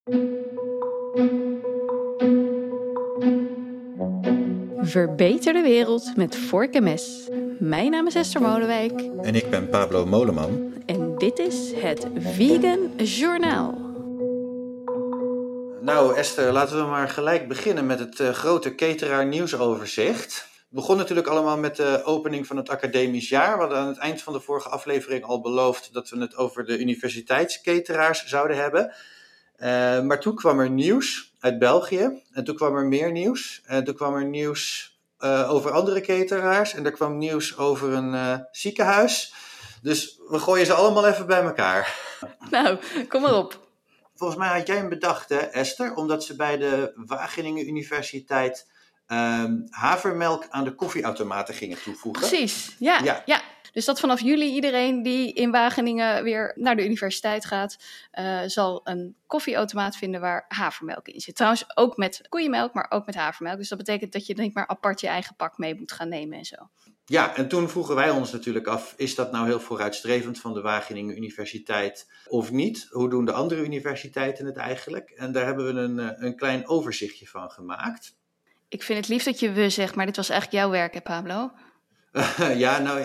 Verbeter de wereld met vork en mes. Mijn naam is Esther Molenwijk. En ik ben Pablo Moleman. En dit is het Vegan Journaal. Nou Esther, laten we maar gelijk beginnen met het grote cateraar nieuwsoverzicht. Het begon natuurlijk allemaal met de opening van het academisch jaar. We hadden aan het eind van de vorige aflevering al beloofd dat we het over de universiteitscateraars zouden hebben. Maar toen kwam er nieuws uit België. En toen kwam er meer nieuws. En toen kwam er nieuws over andere cateraars. En er kwam nieuws over een ziekenhuis. Dus we gooien ze allemaal even bij elkaar. Nou, kom maar op. Volgens mij had jij hem bedacht, hè, Esther? Omdat ze bij de Wageningen Universiteit havermelk aan de koffieautomaten gingen toevoegen. Precies, ja. Dus dat vanaf juli iedereen die in Wageningen weer naar de universiteit gaat, zal een koffieautomaat vinden waar havermelk in zit. Trouwens ook met koeienmelk, maar ook met havermelk. Dus dat betekent dat je niet maar apart je eigen pak mee moet gaan nemen en zo. Ja, en toen vroegen wij ons natuurlijk af, is dat nou heel vooruitstrevend van de Wageningen Universiteit of niet? Hoe doen de andere universiteiten het eigenlijk? En daar hebben we een klein overzichtje van gemaakt. Ik vind het liefst dat je we zegt, maar dit was eigenlijk jouw werk, hè Pablo? Ja, nou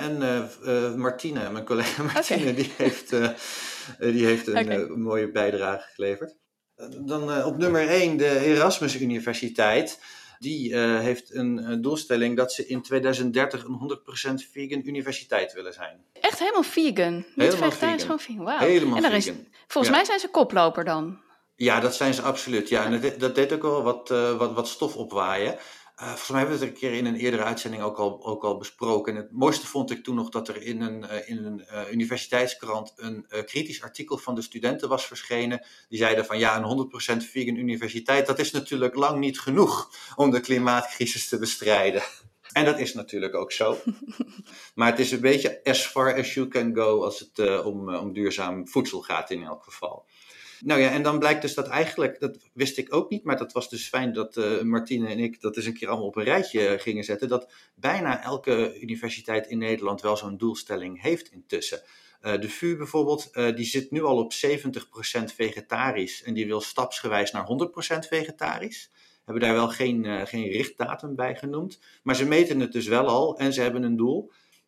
en Martine, mijn collega Martine, okay. die heeft een mooie bijdrage geleverd. Dan op nummer 1 de Erasmus Universiteit. Die heeft een doelstelling dat ze in 2030 een 100% vegan universiteit willen zijn. Echt helemaal vegan? Niet vegetarisch, gewoon vegan. Wauw. Helemaal vegan. Volgens mij zijn ze koploper dan. Ja, dat zijn ze absoluut. Ja, en dat deed ook wel wat stof opwaaien. Volgens mij hebben we het een keer in een eerdere uitzending ook al besproken. En het mooiste vond ik toen nog dat er in een universiteitskrant een kritisch artikel van de studenten was verschenen. Die zeiden van ja, een 100% vegan universiteit, dat is natuurlijk lang niet genoeg om de klimaatcrisis te bestrijden. En dat is natuurlijk ook zo. Maar het is een beetje as far as you can go als het om duurzaam voedsel gaat in elk geval. Nou ja, en dan blijkt dus dat eigenlijk, dat wist ik ook niet, maar dat was dus fijn dat Martine en ik dat eens een keer allemaal op een rijtje gingen zetten, dat bijna elke universiteit in Nederland wel zo'n doelstelling heeft intussen. De VU bijvoorbeeld, die zit nu al op 70% vegetarisch en die wil stapsgewijs naar 100% vegetarisch. Hebben daar wel geen richtdatum bij genoemd, maar ze meten het dus wel al en ze hebben een doel.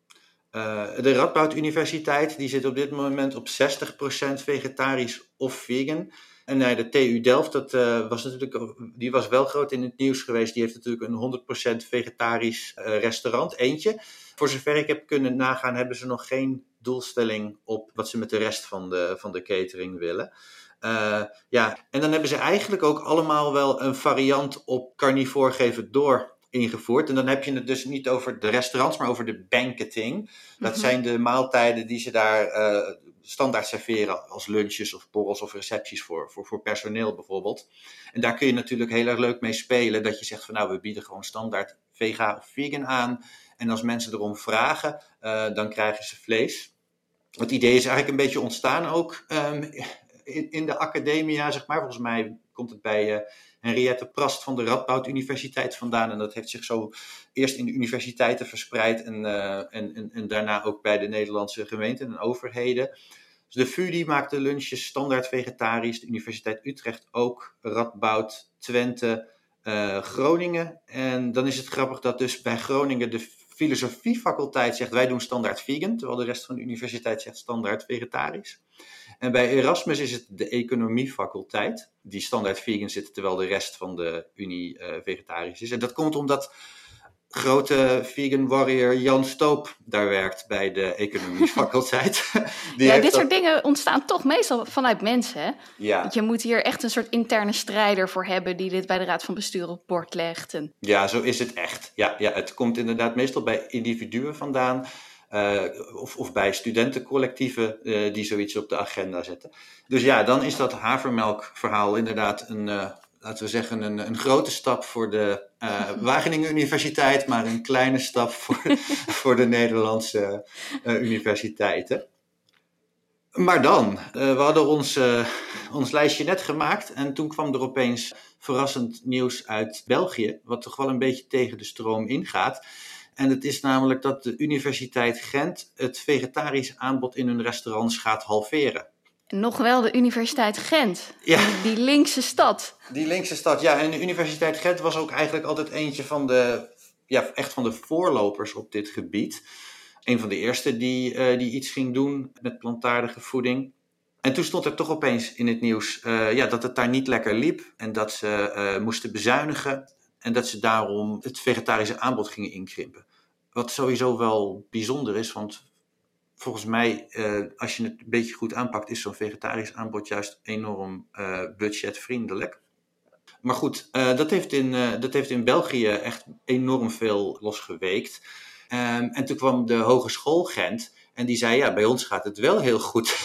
De Radboud Universiteit die zit op dit moment op 60% vegetarisch of vegan. En de TU Delft, die was wel groot in het nieuws geweest. Die heeft natuurlijk een 100% vegetarisch restaurant, eentje. Voor zover ik heb kunnen nagaan, hebben ze nog geen doelstelling op wat ze met de rest van de catering willen. En dan hebben ze eigenlijk ook allemaal wel een variant op carnivore geven door ingevoerd. En dan heb je het dus niet over de restaurants, maar over de banqueting. Dat zijn de maaltijden die ze daar standaard serveren als lunches of borrels of recepties voor personeel bijvoorbeeld. En daar kun je natuurlijk heel erg leuk mee spelen. Dat je zegt van nou, we bieden gewoon standaard vega of vegan aan. En als mensen erom vragen, dan krijgen ze vlees. Het idee is eigenlijk een beetje ontstaan ook in de academia, zeg maar. Volgens mij komt het bij Henriette Prast van de Radboud Universiteit vandaan. En dat heeft zich zo eerst in de universiteiten verspreid en daarna ook bij de Nederlandse gemeenten en overheden. Dus de VU die maakt de lunches standaard vegetarisch. De Universiteit Utrecht ook. Radboud, Twente, Groningen. En dan is het grappig dat dus bij Groningen de filosofiefaculteit zegt wij doen standaard vegan. Terwijl de rest van de universiteit zegt standaard vegetarisch. En bij Erasmus is het de economiefaculteit die standaard vegan zit, terwijl de rest van de unie vegetarisch is. En dat komt omdat grote vegan warrior Jan Stoop daar werkt bij de economiefaculteit. Soort dingen ontstaan toch meestal vanuit mensen, hè? Ja. Want je moet hier echt een soort interne strijder voor hebben die dit bij de Raad van Bestuur op bord legt. Ja, zo is het echt. Ja, het komt inderdaad meestal bij individuen vandaan. Of bij studentencollectieven die zoiets op de agenda zetten. Dus ja, dan is dat havermelkverhaal inderdaad een grote stap voor de Wageningen Universiteit, maar een kleine stap voor de Nederlandse universiteiten. Maar dan, we hadden ons lijstje net gemaakt en toen kwam er opeens verrassend nieuws uit België, wat toch wel een beetje tegen de stroom ingaat. En het is namelijk dat de Universiteit Gent het vegetarisch aanbod in hun restaurants gaat halveren. Nog wel de Universiteit Gent, Ja. Die linkse stad. Die linkse stad, ja. En de Universiteit Gent was ook eigenlijk altijd eentje van echt van de voorlopers op dit gebied. Een van de eerste die iets ging doen met plantaardige voeding. En toen stond er toch opeens in het nieuws dat het daar niet lekker liep. En dat ze moesten bezuinigen. En dat ze daarom het vegetarische aanbod gingen inkrimpen. Wat sowieso wel bijzonder is, want volgens mij, als je het een beetje goed aanpakt, is zo'n vegetarisch aanbod juist enorm budgetvriendelijk. Maar goed, dat heeft in België echt enorm veel losgeweekt. En toen kwam de Hogeschool Gent en die zei, ja, bij ons gaat het wel heel goed.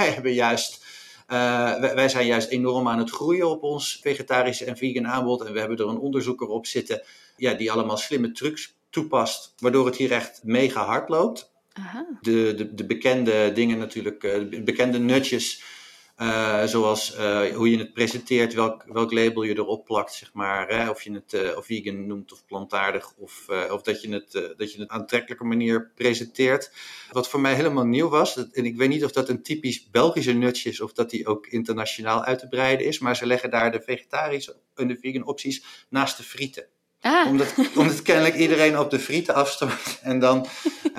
Wij zijn juist enorm aan het groeien op ons vegetarische en vegan aanbod. En we hebben er een onderzoeker op zitten die allemaal slimme trucs toepast, waardoor het hier echt mega hard loopt. Aha. De bekende dingen natuurlijk, bekende nutjes, zoals hoe je het presenteert, welk label je erop plakt, zeg maar. Hè? Of je het of vegan noemt of plantaardig, of dat je het op aantrekkelijke manier presenteert. Wat voor mij helemaal nieuw was, en ik weet niet of dat een typisch Belgische nutje is, of dat die ook internationaal uit te breiden is, maar ze leggen daar de vegetarische en de vegan opties naast de frieten. Ah. Omdat kennelijk iedereen op de frieten afstort. En dan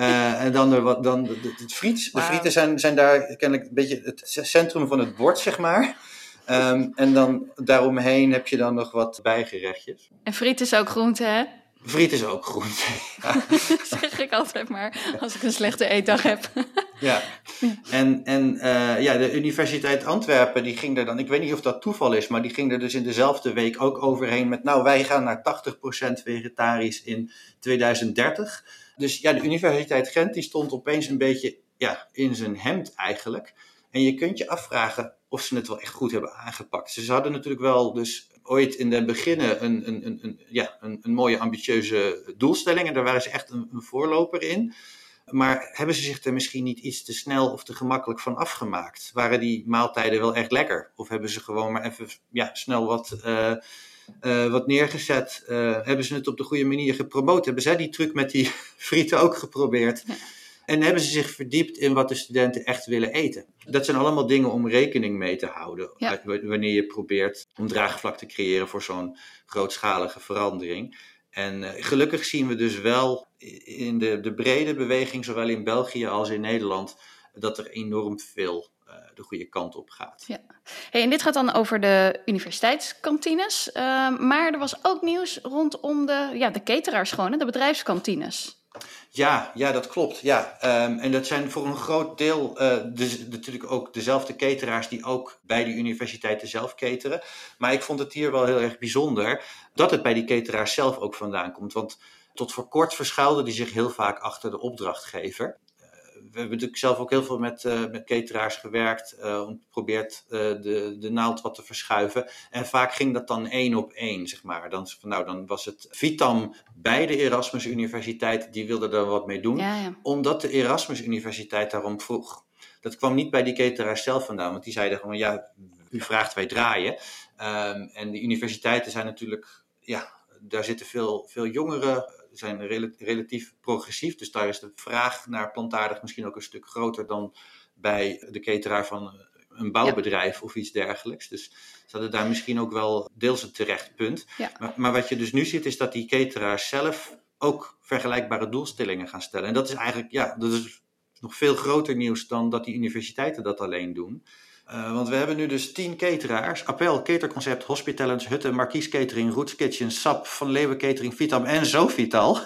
de frieten zijn daar kennelijk een beetje het centrum van het bord, zeg maar. En dan daaromheen heb je dan nog wat bijgerechtjes. En friet is ook groente, hè? Friet is ook groente. Ja. Zeg ik altijd maar, als ik een slechte eetdag heb. Ja, en de Universiteit Antwerpen, die ging er dan, ik weet niet of dat toeval is, maar die ging er dus in dezelfde week ook overheen met, wij gaan naar 80% vegetarisch in 2030. Dus ja, de Universiteit Gent, die stond opeens een beetje in zijn hemd eigenlijk. En je kunt je afvragen of ze het wel echt goed hebben aangepakt. Ze hadden natuurlijk wel dus ooit in de beginnen een mooie ambitieuze doelstelling en daar waren ze echt een voorloper in. Maar hebben ze zich er misschien niet iets te snel of te gemakkelijk van afgemaakt? Waren die maaltijden wel echt lekker? Of hebben ze gewoon maar even snel wat neergezet? Hebben ze het op de goede manier gepromoot? Hebben zij die truc met die frieten ook geprobeerd? Ja. En hebben ze zich verdiept in wat de studenten echt willen eten? Dat zijn allemaal dingen om rekening mee te houden. Ja. Wanneer je probeert om draagvlak te creëren voor zo'n grootschalige verandering. En gelukkig zien we dus wel in de brede beweging, zowel in België als in Nederland, dat er enorm veel de goede kant op gaat. Ja. Hey, en dit gaat dan over de universiteitskantines. Maar er was ook nieuws rondom de cateraars gewoon, de bedrijfskantines. Ja, dat klopt. Ja. En dat zijn voor een groot deel natuurlijk ook dezelfde cateraars die ook bij de universiteiten zelf cateren. Maar ik vond het hier wel heel erg bijzonder dat het bij die cateraars zelf ook vandaan komt. Want tot voor kort verschuilden die zich heel vaak achter de opdrachtgever. We hebben natuurlijk zelf ook heel veel met cateraars gewerkt, geprobeerd de naald wat te verschuiven. En vaak ging dat dan 1 op 1, zeg maar. Dan was het Vitam bij de Erasmus Universiteit, die wilde er wat mee doen. Ja. Omdat de Erasmus Universiteit daarom vroeg. Dat kwam niet bij die cateraars zelf vandaan, want die zeiden gewoon, u vraagt, wij draaien. En de universiteiten zijn natuurlijk, daar zitten veel jongeren, zijn relatief progressief. Dus daar is de vraag naar plantaardig misschien ook een stuk groter dan bij de cateraar van een bouwbedrijf of iets dergelijks. Dus ze hadden daar misschien ook wel deels een terecht punt. Ja. Maar wat je dus nu ziet is dat die cateraars zelf ook vergelijkbare doelstellingen gaan stellen. En dat is eigenlijk, dat is nog veel groter nieuws dan dat die universiteiten dat alleen doen. Want we hebben nu dus 10 cateraars. Appel, Caterconcept, Hospitalens, Hutte, Marquise Catering, Roots Kitchen, SAP, Van Leeuwen Catering, Vitam en Zovital.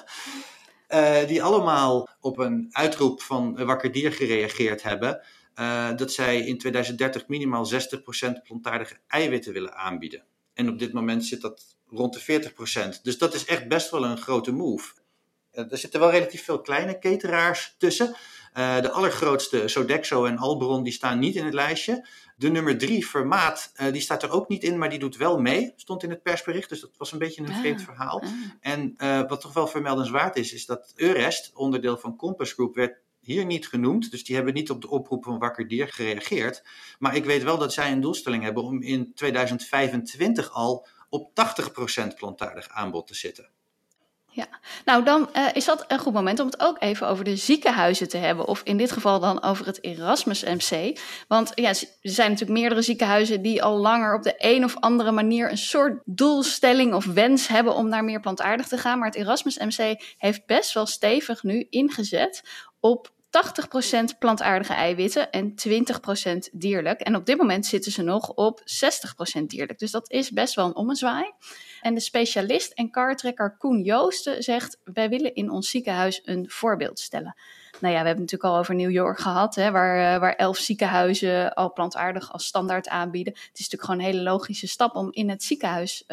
Die allemaal op een uitroep van Wakker Dier gereageerd hebben. Dat zij in 2030 minimaal 60% plantaardige eiwitten willen aanbieden. En op dit moment zit dat rond de 40%. Dus dat is echt best wel een grote move. Er zitten wel relatief veel kleine cateraars tussen. De allergrootste, Sodexo en Albron, die staan niet in het lijstje. De nummer 3, Vermaat, die staat er ook niet in, maar die doet wel mee. Stond in het persbericht, dus dat was een beetje een vreemd verhaal. En wat toch wel vermeldenswaard is dat Eurest, onderdeel van Compass Group, werd hier niet genoemd. Dus die hebben niet op de oproep van Wakker Dier gereageerd. Maar ik weet wel dat zij een doelstelling hebben om in 2025 al op 80% plantaardig aanbod te zitten. Ja, nou dan is dat een goed moment om het ook even over de ziekenhuizen te hebben. Of in dit geval dan over het Erasmus MC. Want ja, er zijn natuurlijk meerdere ziekenhuizen die al langer op de een of andere manier een soort doelstelling of wens hebben om naar meer plantaardig te gaan. Maar het Erasmus MC heeft best wel stevig nu ingezet op 80% plantaardige eiwitten en 20% dierlijk. En op dit moment zitten ze nog op 60% dierlijk. Dus dat is best wel een ommezwaai. En de specialist en kartrekker Koen Joosten zegt: wij willen in ons ziekenhuis een voorbeeld stellen. Nou ja, we hebben het natuurlijk al over New York gehad, hè, waar 11 ziekenhuizen al plantaardig als standaard aanbieden. Het is natuurlijk gewoon een hele logische stap om in het ziekenhuis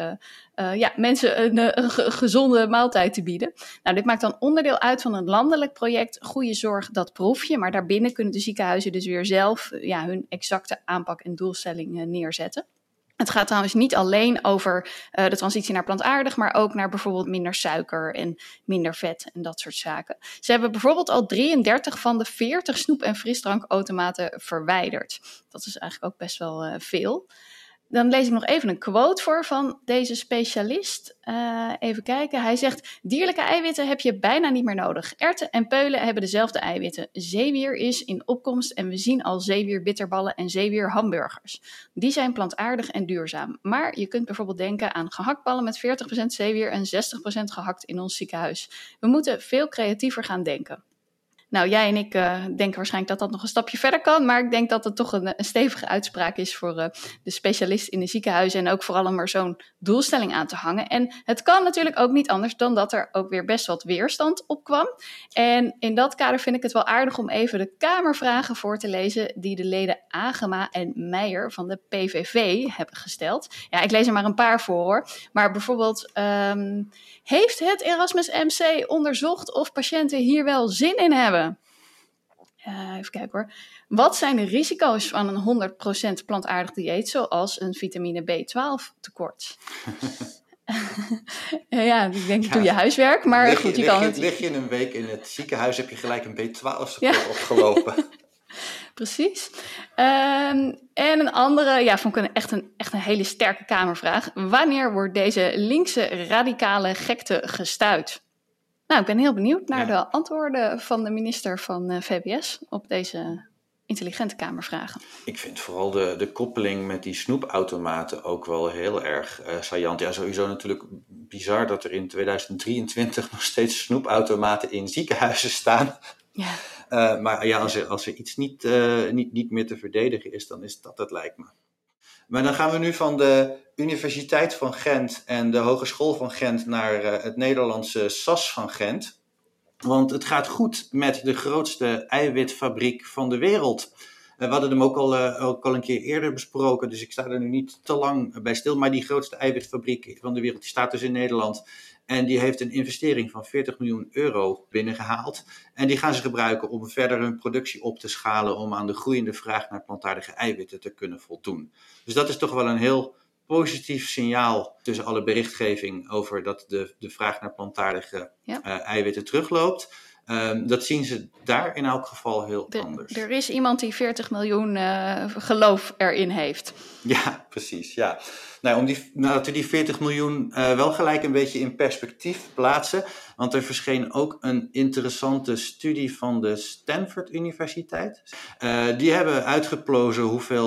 mensen een gezonde maaltijd te bieden. Nou, dit maakt dan onderdeel uit van een landelijk project Goede Zorg, dat proef je. Maar daarbinnen kunnen de ziekenhuizen dus weer zelf hun exacte aanpak en doelstelling neerzetten. Het gaat trouwens niet alleen over de transitie naar plantaardig, maar ook naar bijvoorbeeld minder suiker en minder vet en dat soort zaken. Ze hebben bijvoorbeeld al 33 van de 40 snoep- en frisdrankautomaten verwijderd. Dat is eigenlijk ook best wel veel. Dan lees ik nog even een quote voor van deze specialist. Even kijken. Hij zegt: dierlijke eiwitten heb je bijna niet meer nodig. Erwten en peulen hebben dezelfde eiwitten. Zeewier is in opkomst en we zien al zeewierbitterballen en zeewierhamburgers. Die zijn plantaardig en duurzaam. Maar je kunt bijvoorbeeld denken aan gehaktballen met 40% zeewier en 60% gehakt in ons ziekenhuis. We moeten veel creatiever gaan denken. Nou, jij en ik denken waarschijnlijk dat dat nog een stapje verder kan. Maar ik denk dat het toch een stevige uitspraak is voor de specialist in de ziekenhuizen. En ook vooral om er zo'n doelstelling aan te hangen. En het kan natuurlijk ook niet anders dan dat er ook weer best wat weerstand op kwam. En in dat kader vind ik het wel aardig om even de Kamervragen voor te lezen die de leden Agema en Meijer van de PVV hebben gesteld. Ja, ik lees er maar een paar voor hoor. Maar bijvoorbeeld, heeft het Erasmus MC onderzocht of patiënten hier wel zin in hebben? Even kijken hoor. Wat zijn de risico's van een 100% plantaardig dieet, zoals een vitamine B12 tekort? Ja, ik denk, doe je huiswerk, maar goed, je kan het... Lig je een week in het ziekenhuis, heb je gelijk een B12 tekort opgelopen. Precies. En een andere, vond ik echt een hele sterke Kamervraag. Wanneer wordt deze linkse radicale gekte gestuit? Nou, ik ben heel benieuwd naar de antwoorden van de minister van VWS op deze intelligente Kamervragen. Ik vind vooral de koppeling met die snoepautomaten ook wel heel erg saillant. Ja, sowieso natuurlijk bizar dat er in 2023 nog steeds snoepautomaten in ziekenhuizen staan. Ja. Maar ja, als er iets niet meer te verdedigen is, dan is dat het, lijkt me. Maar dan gaan we nu van de Universiteit van Gent en de Hogeschool van Gent naar het Nederlandse SAS van Gent. Want het gaat goed met de grootste eiwitfabriek van de wereld. We hadden hem ook al een keer eerder besproken, dus ik sta er nu niet te lang bij stil. Maar die grootste eiwitfabriek van de wereld die staat dus in Nederland. En die heeft een investering van 40 miljoen euro binnengehaald. En die gaan ze gebruiken om verder hun productie op te schalen, om aan de groeiende vraag naar plantaardige eiwitten te kunnen voldoen. Dus dat is toch wel een heel positief signaal tussen alle berichtgeving over dat de vraag naar plantaardige eiwitten terugloopt. Dat zien ze daar in elk geval heel anders. Er is iemand die 40 miljoen geloof erin heeft. Ja, precies. Ja. Nou, laten we die 40 miljoen wel gelijk een beetje in perspectief plaatsen. Want er verscheen ook een interessante studie van de Stanford Universiteit. Die hebben uitgeplozen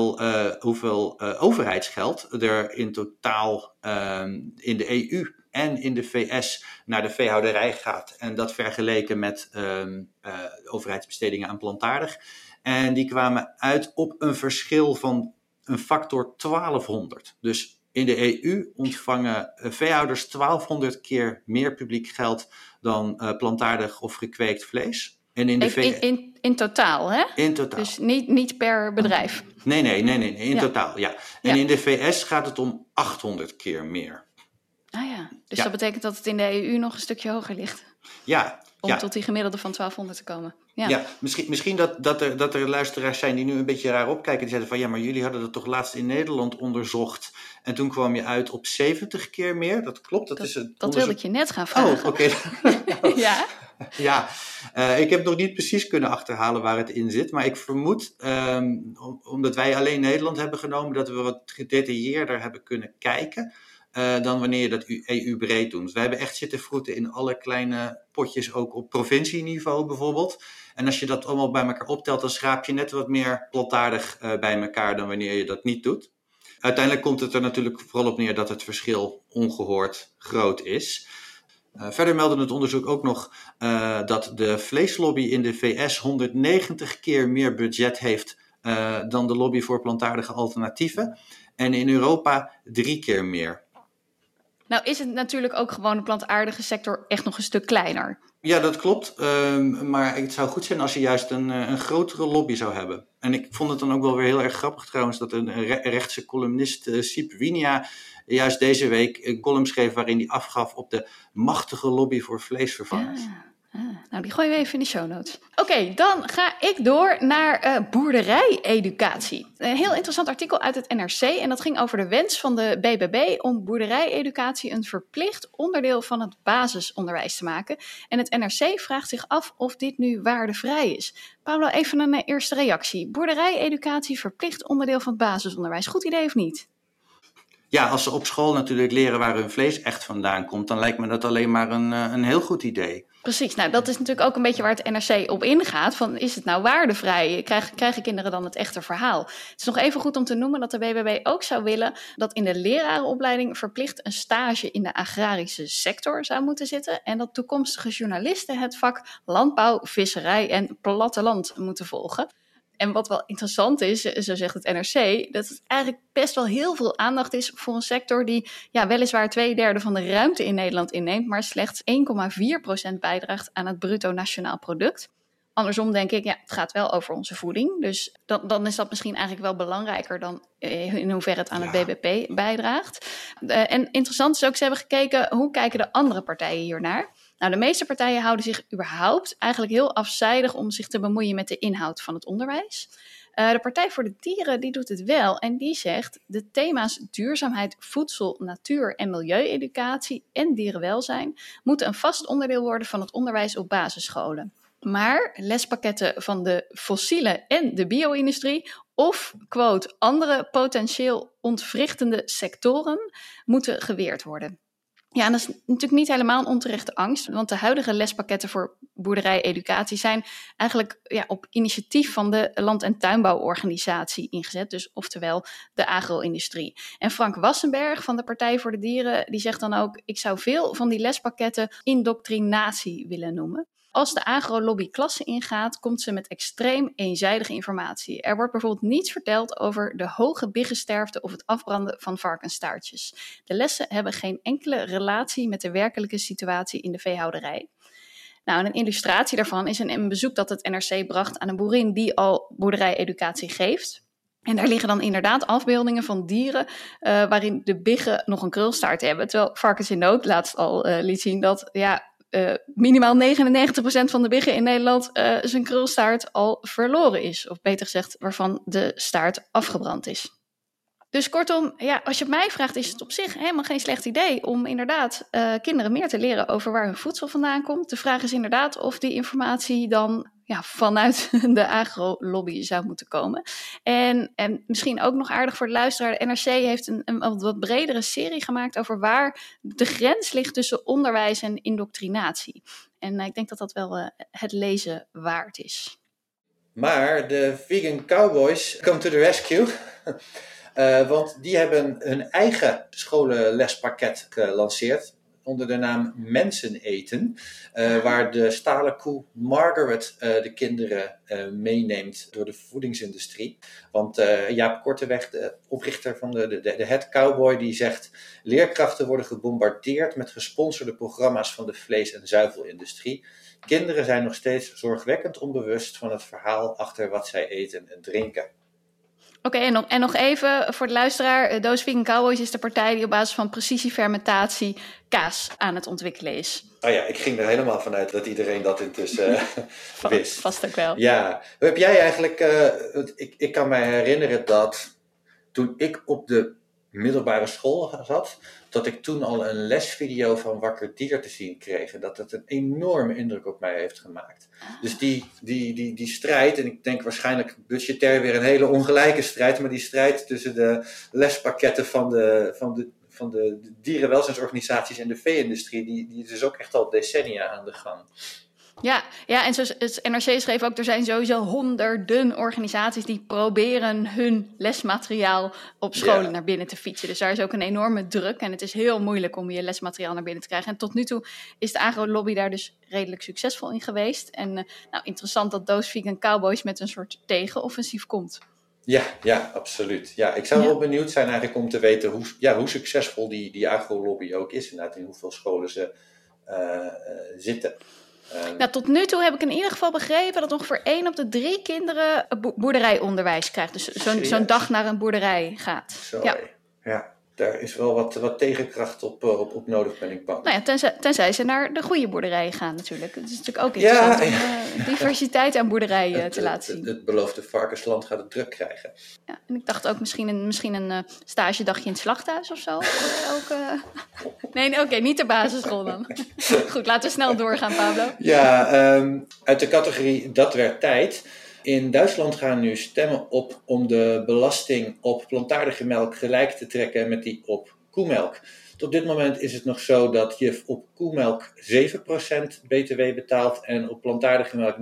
hoeveel overheidsgeld er in totaal in de EU en in de VS naar de veehouderij gaat. En dat vergeleken met overheidsbestedingen aan plantaardig. En die kwamen uit op een verschil van een factor 1200. Dus in de EU ontvangen veehouders 1200 keer meer publiek geld dan plantaardig of gekweekt vlees. En in totaal, hè? In totaal. Dus niet per bedrijf. Nee, in totaal, ja. En in de VS gaat het om 800 keer meer. Ah ja, dus dat betekent dat het in de EU nog een stukje hoger ligt. Ja. Om tot die gemiddelde van 1200 te komen. Ja, misschien dat er luisteraars zijn die nu een beetje raar opkijken. Die zeggen van ja, maar jullie hadden dat toch laatst in Nederland onderzocht. En toen kwam je uit op 70 keer meer. Dat klopt. Dat wilde ik je net gaan vragen. Oh, oké. Ja? Ja, ik heb nog niet precies kunnen achterhalen waar het in zit. Maar ik vermoed, omdat wij alleen Nederland hebben genomen, dat we wat gedetailleerder hebben kunnen kijken. dan wanneer je dat EU-breed doet. We hebben echt zitten vroeten in alle kleine potjes, ook op provincieniveau bijvoorbeeld. En als je dat allemaal bij elkaar optelt, dan schraap je net wat meer plantaardig bij elkaar dan wanneer je dat niet doet. Uiteindelijk komt het er natuurlijk vooral op neer dat het verschil ongehoord groot is. Verder meldde het onderzoek ook nog dat de vleeslobby in de VS 190 keer meer budget heeft dan de lobby voor plantaardige alternatieven. En in Europa 3 keer meer. Nou is het natuurlijk ook gewoon de plantaardige sector echt nog een stuk kleiner. Ja, dat klopt. Maar het zou goed zijn als je juist een grotere lobby zou hebben. En ik vond het dan ook wel weer heel erg grappig trouwens dat een rechtse columnist, Siep Winia, juist deze week een column schreef waarin hij afgaf op de machtige lobby voor vleesvervangers. Nou, die gooien we even in de show notes. Oké, dan ga ik door naar boerderij-educatie. Een heel interessant artikel uit het NRC en dat ging over de wens van de BBB om boerderij-educatie een verplicht onderdeel van het basisonderwijs te maken. En het NRC vraagt zich af of dit nu waardevrij is. Paula, even een eerste reactie. Boerderij-educatie verplicht onderdeel van het basisonderwijs. Goed idee of niet? Ja, als ze op school natuurlijk leren waar hun vlees echt vandaan komt, dan lijkt me dat alleen maar een heel goed idee. Precies, nou dat is natuurlijk ook een beetje waar het NRC op ingaat. Van, is het nou waardevrij? Krijgen kinderen dan het echte verhaal? Het is nog even goed om te noemen dat de BBB ook zou willen dat in de lerarenopleiding verplicht een stage in de agrarische sector zou moeten zitten. En dat toekomstige journalisten het vak landbouw, visserij en platteland moeten volgen. En wat wel interessant is, zo zegt het NRC, dat het eigenlijk best wel heel veel aandacht is voor een sector die weliswaar 2/3 van de ruimte in Nederland inneemt, maar slechts 1,4% bijdraagt aan het bruto nationaal product. Andersom denk ik, het gaat wel over onze voeding. Dus dan is dat misschien eigenlijk wel belangrijker dan in hoeverre het aan het BBP bijdraagt. En interessant is ook, ze hebben gekeken, hoe kijken de andere partijen hiernaar? Nou, de meeste partijen houden zich überhaupt eigenlijk heel afzijdig om zich te bemoeien met de inhoud van het onderwijs. De Partij voor de Dieren die doet het wel en die zegt de thema's duurzaamheid, voedsel, natuur en milieueducatie en dierenwelzijn moeten een vast onderdeel worden van het onderwijs op basisscholen. Maar lespakketten van de fossiele en de bio-industrie of, quote, andere potentieel ontwrichtende sectoren moeten geweerd worden. Ja, en dat is natuurlijk niet helemaal een onterechte angst, want de huidige lespakketten voor boerderij-educatie zijn eigenlijk op initiatief van de Land- en Tuinbouworganisatie ingezet, dus oftewel de agro-industrie. En Frank Wassenberg van de Partij voor de Dieren, die zegt dan ook, ik zou veel van die lespakketten indoctrinatie willen noemen. Als de agro-lobby klassen ingaat, komt ze met extreem eenzijdige informatie. Er wordt bijvoorbeeld niets verteld over de hoge biggensterfte of het afbranden van varkensstaartjes. De lessen hebben geen enkele relatie met de werkelijke situatie in de veehouderij. Nou, en een illustratie daarvan is een bezoek dat het NRC bracht aan een boerin die al boerderij-educatie geeft. En daar liggen dan inderdaad afbeeldingen van dieren waarin de biggen nog een krulstaart hebben. Terwijl Varkens in Nood laatst al liet zien dat minimaal 99% van de biggen in Nederland zijn krulstaart al verloren is. Of beter gezegd, waarvan de staart afgebrand is. Dus kortom, als je het mij vraagt, is het op zich helemaal geen slecht idee om inderdaad kinderen meer te leren over waar hun voedsel vandaan komt. De vraag is inderdaad of die informatie dan vanuit de agro-lobby zou moeten komen. En misschien ook nog aardig voor de luisteraar, de NRC heeft een wat bredere serie gemaakt over waar de grens ligt tussen onderwijs en indoctrinatie. En ik denk dat dat wel het lezen waard is. Maar de vegan cowboys come to the rescue. Want die hebben hun eigen scholenlespakket gelanceerd onder de naam Mensen eten. Waar de stalen koe Margaret de kinderen meeneemt door de voedingsindustrie. Want Jaap Korteweg, de oprichter van de head cowboy, die zegt: leerkrachten worden gebombardeerd met gesponsorde programma's van de vlees- en zuivelindustrie. Kinderen zijn nog steeds zorgwekkend onbewust van het verhaal achter wat zij eten en drinken. Oké, en nog even voor de luisteraar. Those Vegan Cowboys is de partij die op basis van precisiefermentatie kaas aan het ontwikkelen is. Oh ja, ik ging er helemaal vanuit dat iedereen dat intussen wist. Vast ook wel. Ja, heb jij eigenlijk... ik kan me herinneren dat toen ik op de middelbare school zat, dat ik toen al een lesvideo van Wakker Dier te zien kreeg. En dat het een enorme indruk op mij heeft gemaakt. Dus die strijd, en ik denk waarschijnlijk budgetair weer een hele ongelijke strijd, maar die strijd tussen de lespakketten van van de dierenwelzijnsorganisaties en de vee-industrie, die is dus ook echt al decennia aan de gang. Ja, en zoals het NRC schreef ook, er zijn sowieso honderden organisaties die proberen hun lesmateriaal op scholen naar binnen te fietsen. Dus daar is ook een enorme druk en het is heel moeilijk om je lesmateriaal naar binnen te krijgen. En tot nu toe is de agrolobby daar dus redelijk succesvol in geweest. En interessant dat Those Vegan Cowboys met een soort tegenoffensief komt. Ja, absoluut. Ja, ik zou wel benieuwd zijn eigenlijk om te weten hoe succesvol die agrolobby ook is. Inderdaad, in hoeveel scholen ze zitten. Tot nu toe heb ik in ieder geval begrepen dat ongeveer 1 op de 3 kinderen boerderijonderwijs krijgt. Dus zo'n dag naar een boerderij gaat. Ja, daar is wel wat tegenkracht op nodig, ben ik bang. Nou ja, tenzij ze naar de goede boerderijen gaan natuurlijk. Het is natuurlijk ook interessant om diversiteit aan boerderijen te laten zien. Het beloofde varkensland gaat het druk krijgen. Ja, en ik dacht ook misschien een stagedagje in het slachthuis of zo. Nee, oké, niet de basisschool dan. Goed, laten we snel doorgaan, Pablo. Ja, uit de categorie Dat werd tijd. In Duitsland gaan nu stemmen op om de belasting op plantaardige melk gelijk te trekken met die op koemelk. Tot dit moment is het nog zo dat je op koemelk 7% btw betaalt en op plantaardige melk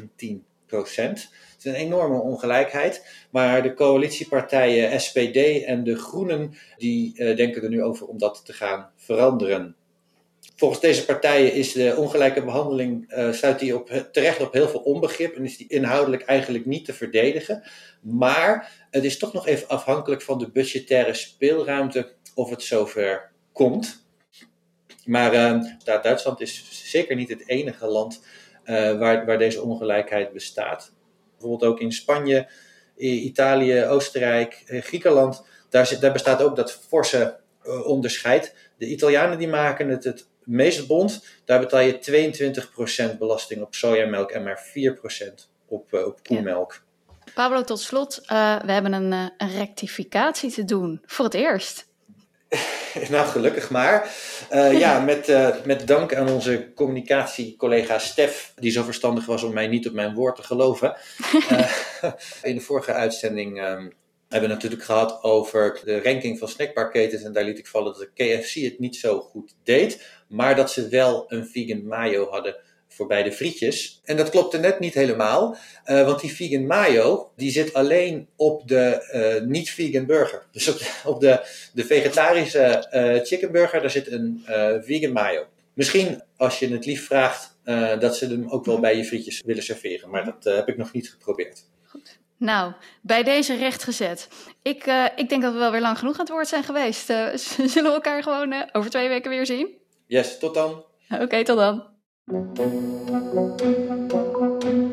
19%. Het is een enorme ongelijkheid, maar de coalitiepartijen SPD en de Groenen die denken er nu over om dat te gaan veranderen. Volgens deze partijen is de ongelijke behandeling stuit die terecht op heel veel onbegrip en is die inhoudelijk eigenlijk niet te verdedigen. Maar het is toch nog even afhankelijk van de budgettaire speelruimte of het zover komt. Maar Duitsland is zeker niet het enige land waar deze ongelijkheid bestaat. Bijvoorbeeld ook in Spanje, Italië, Oostenrijk, Griekenland. Daar bestaat ook dat forse onderscheid. De Italianen die maken het meest bond. Daar betaal je 22% belasting op sojamelk en maar 4% op koemelk. Ja. Pablo, tot slot, we hebben een rectificatie te doen. Voor het eerst. Nou, gelukkig maar. Met dank aan onze communicatiecollega Stef, die zo verstandig was om mij niet op mijn woord te geloven. In de vorige uitzending hebben we natuurlijk gehad over de ranking van snackbarketens. En daar liet ik vallen dat de KFC het niet zo goed deed. Maar dat ze wel een vegan mayo hadden voor bij de frietjes. En dat klopte net niet helemaal. Want die vegan mayo, die zit alleen op de niet-vegan burger. Dus op de vegetarische chicken burger, daar zit een vegan mayo. Misschien als je het lief vraagt, dat ze hem ook wel bij je frietjes willen serveren. Maar dat heb ik nog niet geprobeerd. Goed. Nou, bij deze rechtgezet. Ik denk dat we wel weer lang genoeg aan het woord zijn geweest. Zullen we elkaar gewoon over 2 weken weer zien? Yes, tot dan. Oké, tot dan.